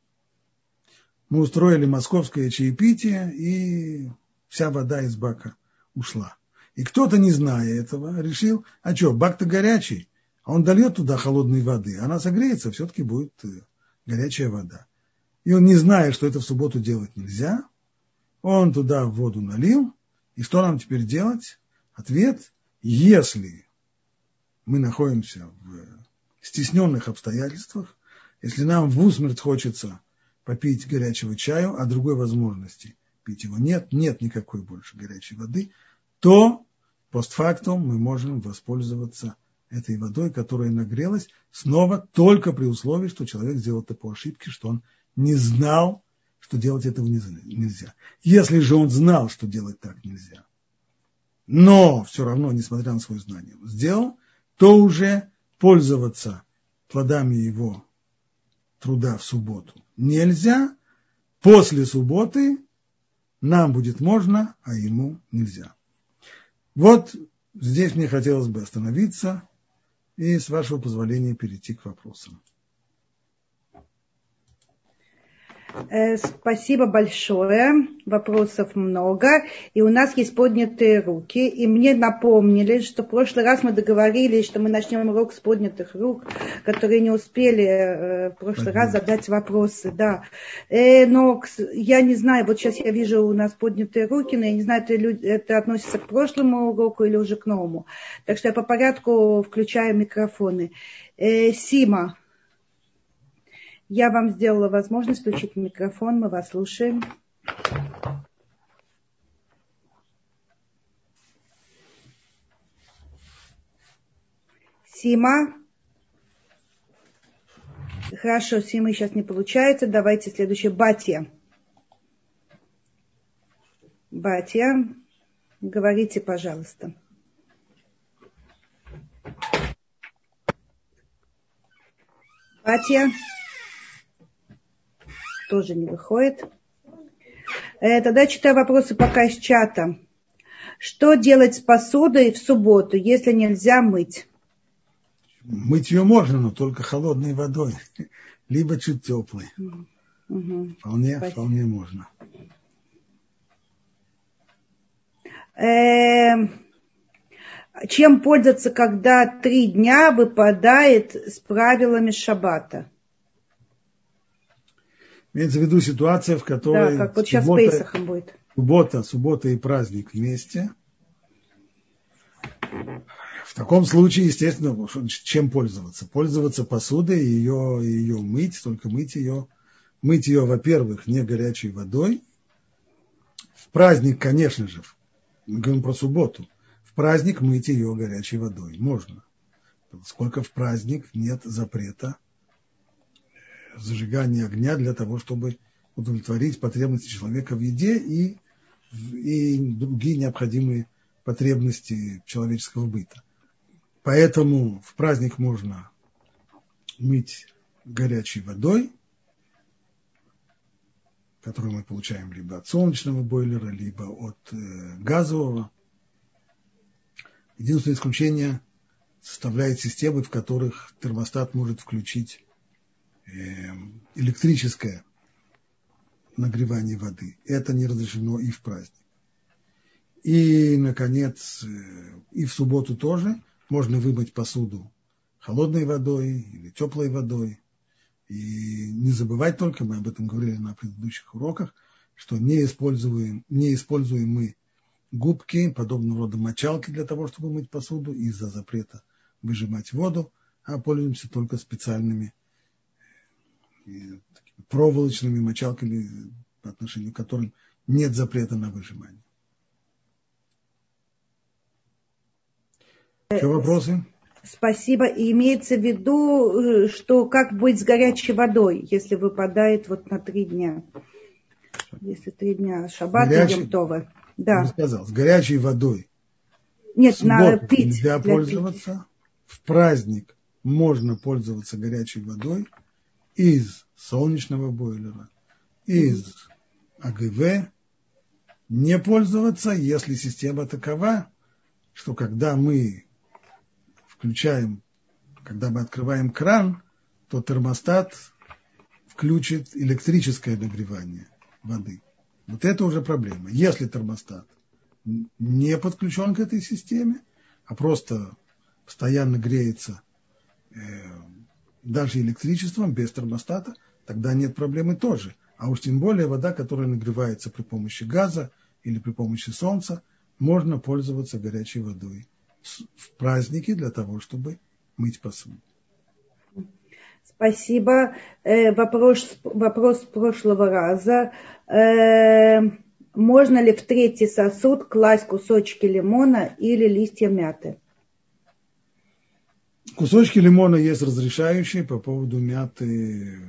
мы устроили московское чаепитие, и вся вода из бака ушла. И кто-то, не зная этого, решил, а что, бак-то горячий, а он дольет туда холодной воды, она согреется, все-таки будет горячая вода. И он, не зная, что это в субботу делать нельзя, он туда воду налил, и что нам теперь делать? Ответ, если мы находимся в стесненных обстоятельствах, если нам в усмерть хочется попить горячего чаю, а другой возможности пить его нет, нет никакой больше горячей воды, то постфактум мы можем воспользоваться этой водой, которая нагрелась, снова только при условии, что человек сделал это по ошибке, что он не знал, что делать этого нельзя. Если же он знал, что делать так нельзя, но все равно, несмотря на свое знание, сделал, то уже пользоваться плодами его труда в субботу нельзя. После субботы нам будет можно, а ему нельзя. Вот здесь мне хотелось бы остановиться и, с вашего позволения, перейти к вопросам. Спасибо большое. Вопросов много. И у нас есть поднятые руки. И мне напомнили, что в прошлый раз мы договорились, что мы начнем урок с поднятых рук, которые не успели в прошлый раз задать вопросы. Да. Но я не знаю, вот сейчас я вижу у нас поднятые руки, но я не знаю, это, это относится к прошлому уроку или уже к новому. Так что я по порядку включаю микрофоны. Сима. Я вам сделала возможность включить микрофон, мы вас слушаем. Сима, Хорошо, Симы сейчас не получается. Давайте следующее. Батья. Батья, говорите, пожалуйста. Батья. Тоже не выходит. Э, тогда читаю вопросы пока из чата. Что делать с посудой в субботу, если нельзя мыть? Мыть ее можно, но только холодной водой, либо чуть теплой. Угу. Вполне, вполне можно. Э, чем пользоваться, когда три дня выпадает с правилами шаббата? Имеется в виду ситуация, в которой да, как вот сейчас суббота, Пейсахом будет. Суббота, суббота и праздник вместе. В таком случае, естественно, чем пользоваться? Пользоваться посудой, ее, ее мыть, только мыть ее. Мыть ее, во-первых, не горячей водой. В праздник, конечно же, мы говорим про субботу. В праздник мыть ее горячей водой можно. Сколько в праздник нет запрета зажигания огня для того, чтобы удовлетворить потребности человека в еде и, и другие необходимые потребности человеческого быта. Поэтому в праздник можно мыть горячей водой, которую мы получаем либо от солнечного бойлера, либо от э, газового. Единственное исключение составляет системы, в которых термостат может включить э, электрическое нагревание воды. Это не разрешено и в праздник. И, наконец, э, и в субботу тоже можно вымыть посуду холодной водой или теплой водой. И не забывать только, мы об этом говорили на предыдущих уроках, что не используем, не используем мы губки, подобного рода мочалки для того, чтобы мыть посуду из-за запрета выжимать воду, а пользуемся только специальными проволочными мочалками, по отношению к которым нет запрета на выжимание. Еще вопросы? Спасибо. И имеется в виду, что как быть с горячей водой, если выпадает вот на три дня? Если три дня шаббат и Йом Това. Да. Я сказал, с горячей водой. Нет, в субботу на пить. Нельзя пользоваться. Пить. В праздник можно пользоваться горячей водой из солнечного бойлера, из АГВ. Не пользоваться, если система такова, что когда мы включаем, когда мы открываем кран, то термостат включит электрическое нагревание воды. Вот это уже проблема. Если термостат не подключен к этой системе, а просто постоянно греется э, даже электричеством, без термостата, тогда нет проблемы тоже. А уж тем более вода, которая нагревается при помощи газа или при помощи солнца, можно пользоваться горячей водой в праздники для того, чтобы мыть посуду. Спасибо. Э, вопрос, вопрос прошлого раза. Э, можно ли в третий сосуд класть кусочки лимона или листья мяты? Кусочки лимона есть разрешающие, по поводу мяты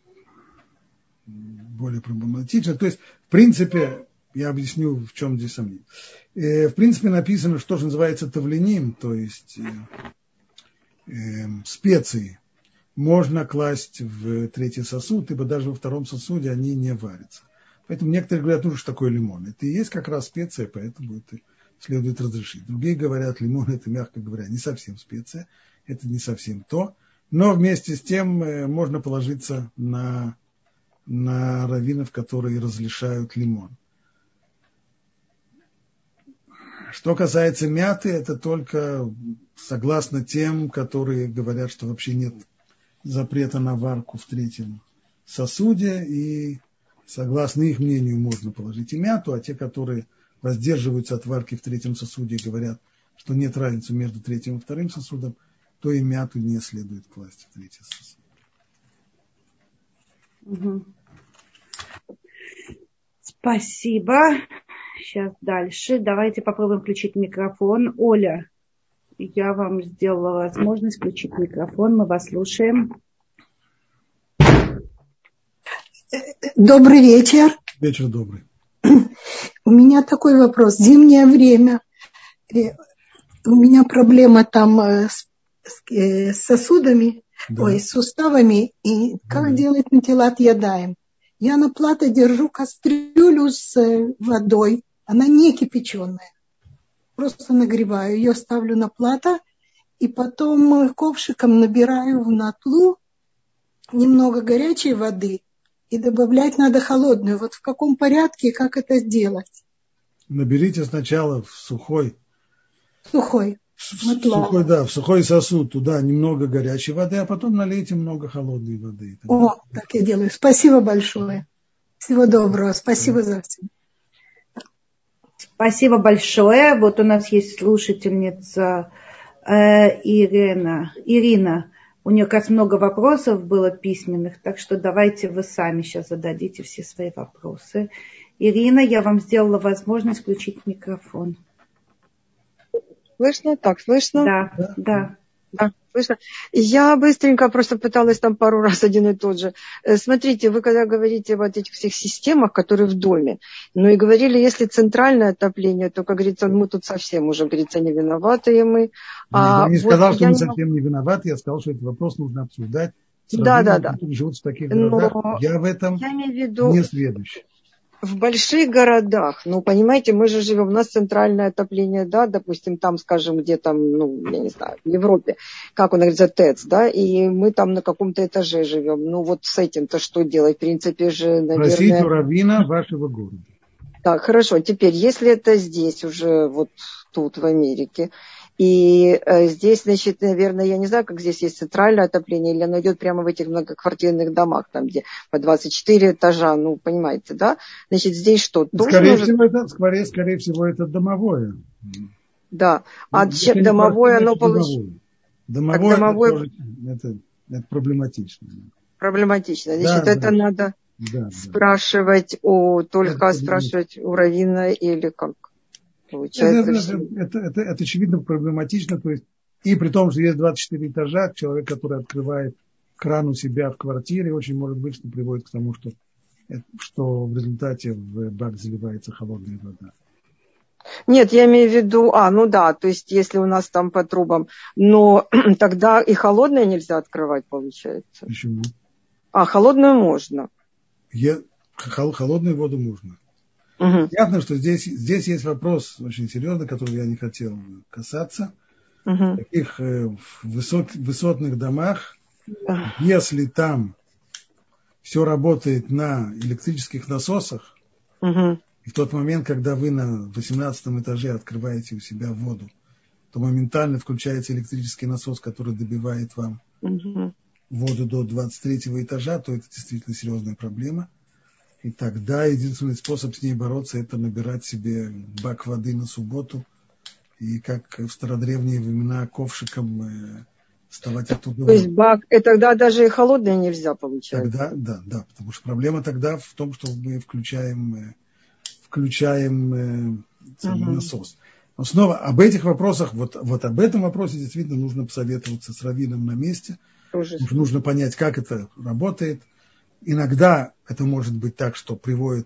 более проблематично. То есть, в принципе, я объясню, в чем здесь сомнение. В принципе, написано, что же называется тавленим, то есть э, э, специи можно класть в третий сосуд, ибо даже во втором сосуде они не варятся. Поэтому некоторые говорят, ну что такое лимон? Это и есть как раз специя, поэтому это следует разрешить. Другие говорят, лимон это, мягко говоря, не совсем специя, это не совсем то. Но вместе с тем э, можно положиться на, на раввинов, которые разрешают лимон. Что касается мяты, это только согласно тем, которые говорят, что вообще нет запрета на варку в третьем сосуде, и согласно их мнению можно положить и мяту, а те, которые воздерживаются от варки в третьем сосуде, говорят, что нет разницы между третьим и вторым сосудом, то и мяту не следует класть в третий сосуд. Угу. Спасибо. Сейчас дальше. Давайте попробуем включить микрофон. Оля, я вам сделала возможность включить микрофон. Мы вас слушаем. Добрый вечер. Вечер добрый. У меня такой вопрос. Зимнее время. У меня проблема там с, с сосудами, да. ой, с суставами. И как да. делать натилат ядаем? Я на плато держу кастрюлю с водой. Она не кипяченая. Просто нагреваю. Ее ставлю на плато. И потом ковшиком набираю в натлу немного горячей воды. И добавлять надо холодную. Вот в каком порядке и как это сделать? Наберите сначала в сухой. Сухой. В сухой, да, в сухой сосуд. Туда немного горячей воды, а потом налейте много холодной воды. Тогда... О, так я делаю. Спасибо большое. Всего доброго. Спасибо за все. Спасибо большое. Вот у нас есть слушательница э, Ирина. Ирина. У нее как раз много вопросов было письменных, так что давайте вы сами сейчас зададите все свои вопросы. Ирина, я вам сделала возможность включить микрофон. Слышно? Так, слышно? Да, да. да. Да, слышно. Я быстренько просто пыталась там пару раз один и тот же. Смотрите, вы когда говорите об этих всех системах, которые в доме, ну и говорили, если центральное отопление, то, как говорится, мы тут совсем уже, говорится, не виноваты мы. А я не вот сказал, что мы не совсем не виноваты, я сказал, что этот вопрос нужно обсуждать с да, да, да. которые живут в таких городах. Но я в этом я имею в виду... не сведущ. В больших городах, ну, понимаете, мы же живем, у нас центральное отопление, да, допустим, там, скажем, где там, ну, я не знаю, в Европе, как он говорит, ТЭЦ, да, и мы там на каком-то этаже живем. Ну, вот с этим-то что делать? В принципе же, наверное... Просить у раввина вашего города. Так, хорошо. Теперь, если это здесь уже, вот тут, в Америке, и э, здесь, значит, наверное, я не знаю, как здесь есть центральное отопление, или оно идет прямо в этих многоквартирных домах, там, где по двадцать четыре этажа, ну, понимаете, да? Значит, здесь что? Скорее нужно... всего, это, скорее, скорее всего, это домовое. Да. А ну, чем домовое оно получилось? Домовое, домовое... Это, тоже, это, это проблематично. Проблематично. Значит, да, это да. надо да, спрашивать да. у, только это спрашивать у раввина или как? Это, это, это, это, это очевидно проблематично, то есть, и при том, что есть двадцать четыре этажа, человек, который открывает кран у себя в квартире, очень может быть, что приводит к тому, что, что в результате в бак заливается холодная вода. Нет, я имею в виду, а, ну да, то есть если у нас там по трубам, но тогда и холодное нельзя открывать, получается. Почему? А, холодную можно. Я, холодную воду можно. Угу. Понятно, что здесь, здесь есть вопрос очень серьезный, который я не хотел касаться. Угу. В таких э, высот, высотных домах, да. если там все работает на электрических насосах, угу. и в тот момент, когда вы на восемнадцатом этаже открываете у себя воду, то моментально включается электрический насос, который добивает вам угу. воду до двадцать третьего этажа, то это действительно серьезная проблема. И тогда единственный способ с ней бороться – это набирать себе бак воды на субботу и, как в стародревние времена, ковшиком э, вставать оттуда. То есть бак, и тогда даже и холодное нельзя, получается? Тогда, да, да, потому что проблема тогда в том, что мы включаем, э, включаем э, uh-huh. насос. Но снова об этих вопросах, вот, вот об этом вопросе действительно нужно посоветоваться с раввином на месте. Тоже. Нужно понять, как это работает. Иногда это может быть так, что приводит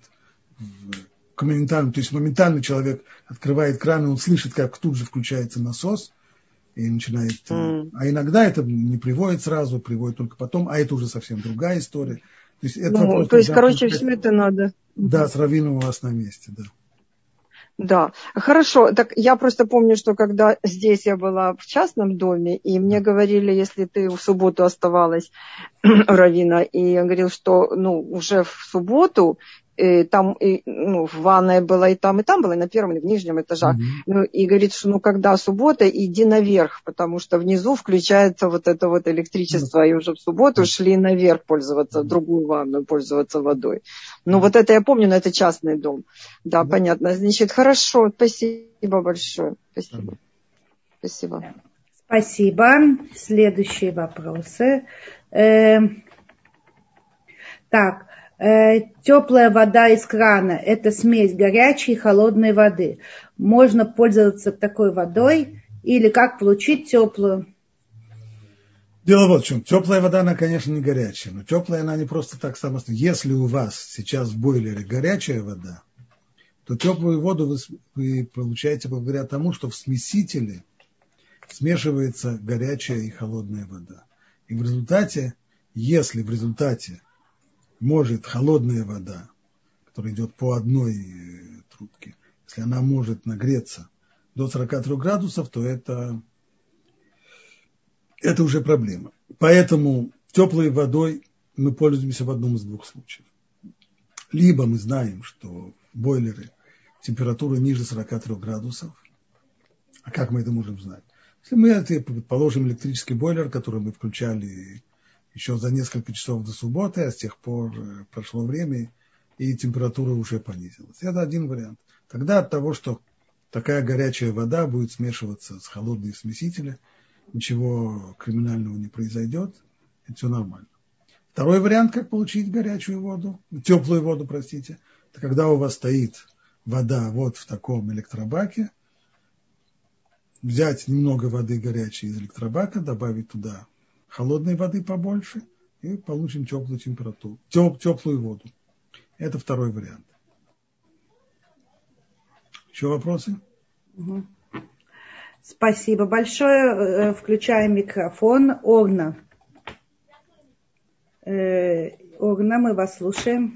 к моментальному, то есть моментально человек открывает кран, и он слышит, как тут же включается насос, и начинает... Mm. А иногда это не приводит сразу, приводит только потом, а это уже совсем другая история. То есть, это ну, вопрос, то есть да, короче, все это надо. Да, с раввином у вас на месте, да. Да, хорошо. Так я просто помню, что когда здесь я была в частном доме, и мне говорили, если ты в субботу оставалась у раввина, и он говорил, что ну, уже в субботу и там и, ну, ванная была и там, и там была, и на первом, и в нижнем этажах. Mm-hmm. Ну, и говорит, что ну когда суббота, иди наверх, потому что внизу включается вот это вот электричество, mm-hmm. и уже в субботу шли наверх пользоваться, mm-hmm. в другую ванную пользоваться водой. Ну, mm-hmm. вот это я помню, но это частный дом. Да, mm-hmm. понятно. Значит, хорошо, спасибо большое. Спасибо. Mm-hmm. Спасибо. Спасибо. Следующие вопросы. Э, так. Теплая вода из крана – это смесь горячей и холодной воды. Можно пользоваться такой водой или как получить теплую? Дело вот в чем. Теплая вода, она, конечно, не горячая, но теплая она не просто так самостоятельно. Если у вас сейчас в бойлере горячая вода, то теплую воду вы, вы получаете благодаря тому, что в смесителе смешивается горячая и холодная вода. И в результате, если в результате может холодная вода, которая идет по одной трубке, если она может нагреться до сорока трёх градусов, то это, это уже проблема. Поэтому теплой водой мы пользуемся в одном из двух случаев. Либо мы знаем, что в бойлере температура ниже сорока трёх градусов. А как мы это можем знать? Если мы, предположим, электрический бойлер, который мы включали еще за несколько часов до субботы, а с тех пор прошло время, и температура уже понизилась. Это один вариант. Тогда от того, что такая горячая вода будет смешиваться с холодной смесителем, ничего криминального не произойдет, это все нормально. Второй вариант, как получить горячую воду, теплую воду, простите, это когда у вас стоит вода вот в таком электробаке, взять немного воды горячей из электробака, добавить туда холодной воды побольше, и получим теплую температуру, теп, теплую воду. Это второй вариант. Еще вопросы? Угу. Спасибо большое. Включаем микрофон. Орна. Э, Орна, мы вас слушаем.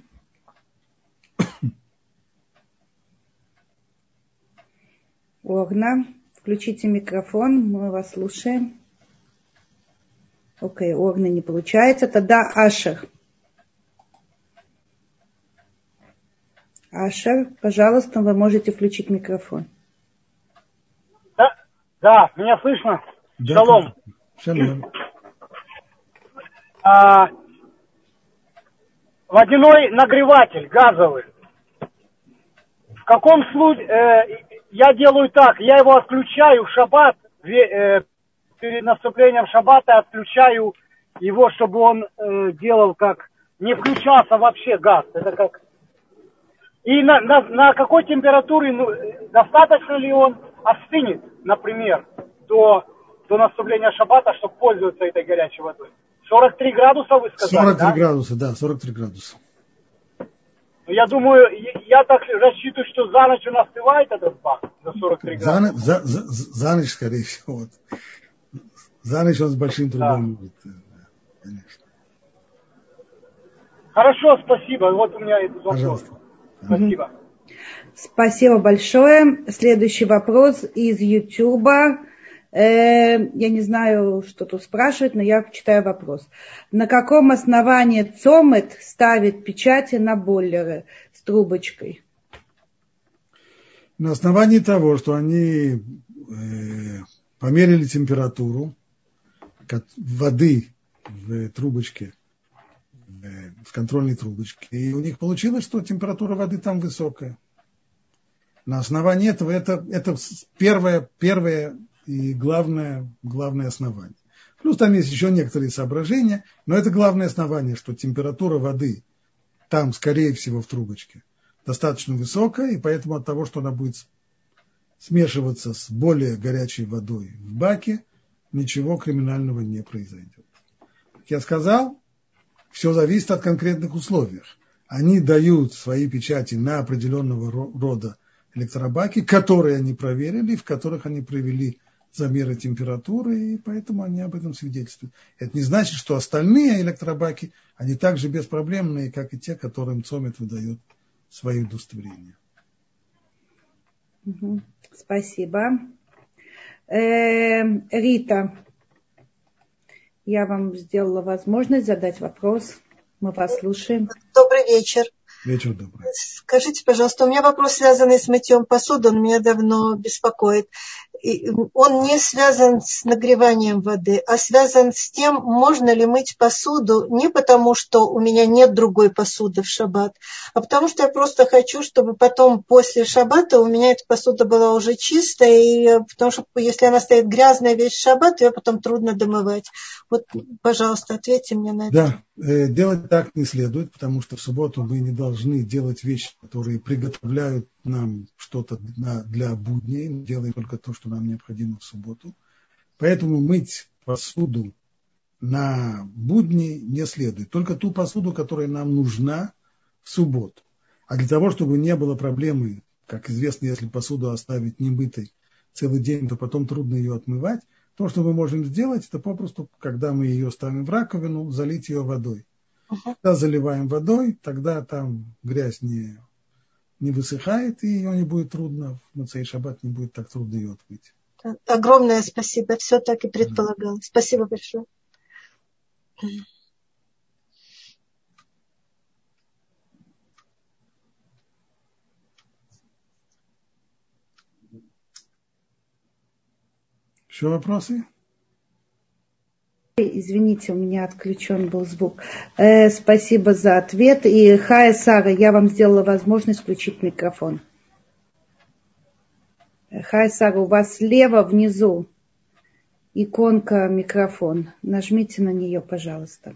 Орна, включите микрофон, мы вас слушаем. Окей, Орна не получается. Тогда Ашер. Ашер, пожалуйста, вы можете включить микрофон. Да, да, меня слышно? Да, шалом. Шалом. А, водяной нагреватель газовый. В каком случае... Э, я делаю так, я его отключаю в шаббат, э, перед наступлением шаббата отключаю его, чтобы он э, делал как... Не включался вообще газ. Это как... И на, на, на какой температуре, ну, достаточно ли он остынет, например, до, до наступления шаббата, чтобы пользоваться этой горячей водой? сорок три градуса вы сказали, сорок три да? градуса, да, сорок три градуса. Ну, я думаю, я так рассчитываю, что за ночь он остывает этот бак за сорок три градуса. За, за, за, за ночь, скорее всего. Вот. За ночь он с большим трудом будет, да, конечно. Хорошо, спасибо. Вот у меня этот вопрос. Пожалуйста. Спасибо. Спасибо большое. Следующий вопрос из Ютуба. Э, я не знаю, что тут спрашивать, но я читаю вопрос. На каком основании Цомет ставит печати на бойлеры с трубочкой? На основании того, что они э, померили температуру воды в трубочке, в контрольной трубочке, и у них получилось, что температура воды там высокая. На основании этого это, это первое, первое и главное, главное основание. Плюс там есть еще некоторые соображения, но это главное основание, что температура воды там, скорее всего, в трубочке достаточно высокая, и поэтому от того, что она будет смешиваться с более горячей водой в баке, ничего криминального не произойдет. Как я сказал, все зависит от конкретных условий. Они дают свои печати на определенного рода электробаки, которые они проверили, в которых они провели замеры температуры, и поэтому они об этом свидетельствуют. Это не значит, что остальные электробаки, они также беспроблемные, как и те, которым Цомет выдает свои удостоверения. Спасибо. Э, Рита, я вам сделала возможность задать вопрос. Мы вас слушаем. Добрый вечер. Вечер добрый. Скажите, пожалуйста, у меня вопрос, связанный с мытьем посуды, он меня давно беспокоит. И он не связан с нагреванием воды, а связан с тем, можно ли мыть посуду не потому, что у меня нет другой посуды в шаббат, а потому что я просто хочу, чтобы потом после шаббата у меня эта посуда была уже чистая, и потому что если она стоит грязная весь шаббат, ее потом трудно домывать. Вот, пожалуйста, ответьте мне на это. Да, делать так не следует, потому что в субботу мы не должны делать вещи, которые приготовляют нам что-то для будней, мы делаем только то, что нам необходимо в субботу. Поэтому мыть посуду на будни не следует. Только ту посуду, которая нам нужна в субботу. А для того, чтобы не было проблемы, как известно, если посуду оставить немытой целый день, то потом трудно ее отмывать, то, что мы можем сделать, это попросту, когда мы ее ставим в раковину, залить ее водой. Uh-huh. Когда заливаем водой, тогда там грязь не, не высыхает, и ее не будет трудно, в Моцей шаббат не будет так трудно ее отмыть. Огромное спасибо, все так и предполагал. Спасибо большое. Еще вопросы? Извините, у меня отключен был звук. Э, спасибо за ответ. И Хая Сара, я вам сделала возможность включить микрофон. Хая Сара, у вас слева внизу иконка микрофон. Нажмите на нее, пожалуйста.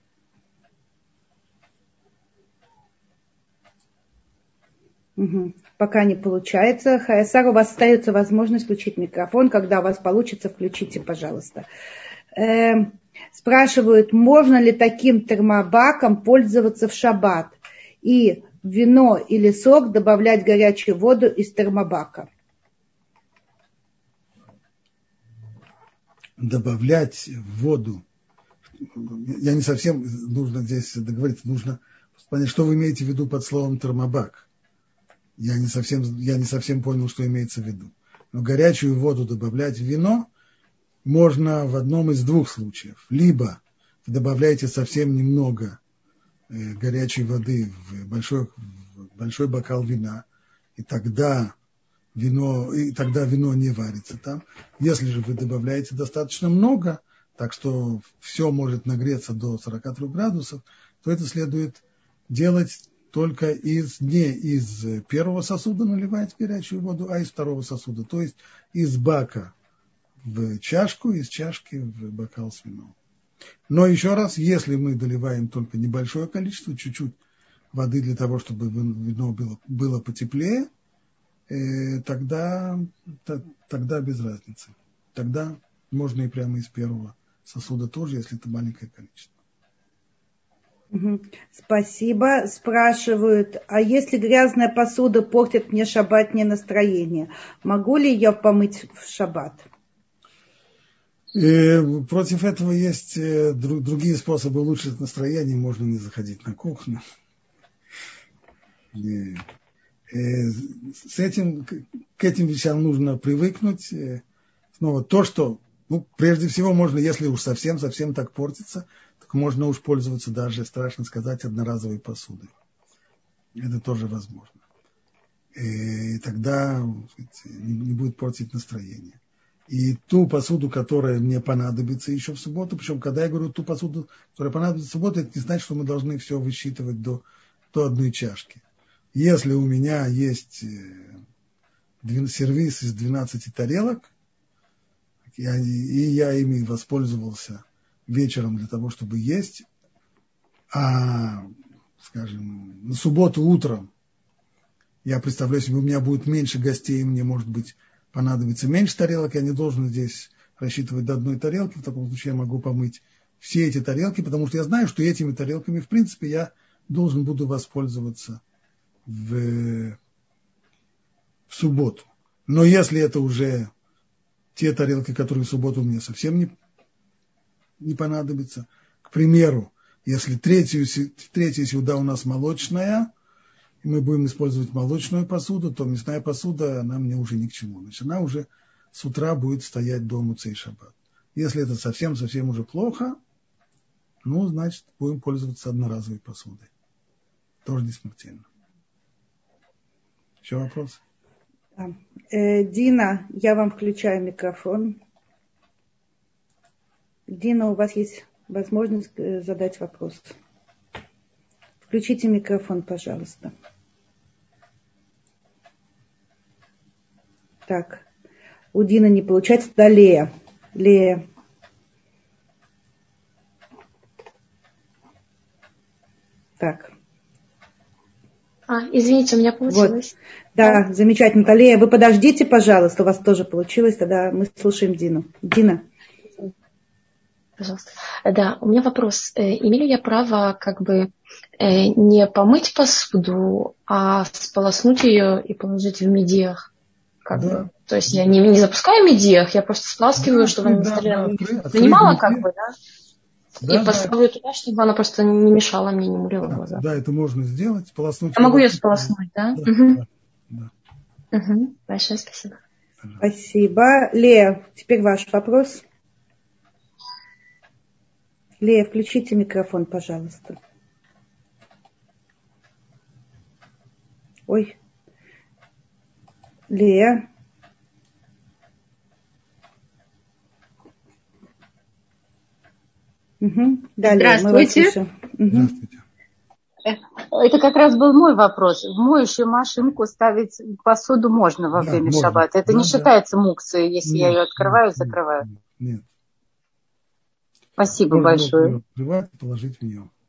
Угу. Пока не получается. Хая Сара, у вас остается возможность включить микрофон. Когда у вас получится, включите, пожалуйста. Э, спрашивают, можно ли таким термобаком пользоваться в шаббат и вино или сок добавлять горячую воду из термобака. Добавлять в воду. Я не совсем, нужно здесь договориться, нужно понять, что вы имеете в виду под словом термобак. Я не совсем, я не совсем понял, что имеется в виду. Но горячую воду добавлять в вино можно в одном из двух случаев. Либо вы добавляете совсем немного э, горячей воды в большой, в большой бокал вина, и тогда вино, и тогда вино не варится там. Если же вы добавляете достаточно много, так что все может нагреться до сорок три градусов, то это следует делать только из, не из первого сосуда наливать горячую воду, а из второго сосуда, то есть из бака в чашку, из чашки в бокал с вином. Но еще раз, если мы доливаем только небольшое количество, чуть-чуть воды для того, чтобы вино было, было потеплее, э, тогда, т, тогда без разницы. Тогда можно и прямо из первого сосуда тоже, если это маленькое количество. Спасибо. Спрашивают, а если грязная посуда портит мне шаббатное настроение, могу ли я помыть в шаббат? И против этого есть другие способы улучшить настроение. Можно не заходить на кухню. И с этим, к этим вещам нужно привыкнуть. Снова то, что, ну, прежде всего можно, если уж совсем-совсем так портится, так можно уж пользоваться даже, страшно сказать, одноразовой посудой. Это тоже возможно. И тогда не будет портить настроение. И ту посуду, которая мне понадобится еще в субботу, причем, когда я говорю ту посуду, которая понадобится в субботу, это не значит, что мы должны все высчитывать до, до одной чашки. Если у меня есть сервиз из двенадцати тарелок, и я ими воспользовался вечером для того, чтобы есть, а, скажем, на субботу утром я представляю себе, у меня будет меньше гостей, мне, может быть, понадобится меньше тарелок, я не должен здесь рассчитывать до одной тарелки, в таком случае я могу помыть все эти тарелки, потому что я знаю, что этими тарелками, в принципе, я должен буду воспользоваться в, в субботу. Но если это уже те тарелки, которые в субботу мне совсем не, не понадобятся, к примеру, если третью, третья сюда у нас молочная, и мы будем использовать молочную посуду, то мясная посуда, она мне уже ни к чему. Значит, она уже с утра будет стоять до Моцей шаббат. Если это совсем-совсем уже плохо, ну, значит, будем пользоваться одноразовой посудой. Тоже не смертельно. Еще вопросы? Э, Дина, я вам включаю микрофон. Дина, у вас есть возможность задать вопрос. Включите микрофон, пожалуйста. Так, у Дины не получается. Да, Лея. Лея. Так. А, извините, у меня получилось. Вот. Да, да, замечательно. Лея, вы подождите, пожалуйста, у вас тоже получилось. Тогда мы слушаем Дину. Дина. Пожалуйста. Да, у меня вопрос. Имею ли я право как бы не помыть посуду, а сполоснуть ее и положить в медиях? Как да. бы. То есть я не, не запускаю в медиях, я просто спласкиваю, да, чтобы она на столе да, да, занимала как бы, да? Да, и да. поставлю туда, чтобы она просто не мешала мне, не мурила да, глаза. Да, это можно сделать, сполоснуть. А могу ее сполоснуть, да? Да, угу. да, да. Угу. Большое спасибо. Спасибо. Лея, теперь ваш вопрос. Лея, включите микрофон, пожалуйста. Ой. Лея. Угу. Да, Здравствуйте. Лея, мы вас Здравствуйте. Это как раз был мой вопрос. В моющую машинку ставить посуду можно во да, время можно. шаббата. Это да, не да. считается мукцией, если нет, я ее открываю и закрываю? Нет. нет. Спасибо можно большое. Можно ее открывать и положить в нее.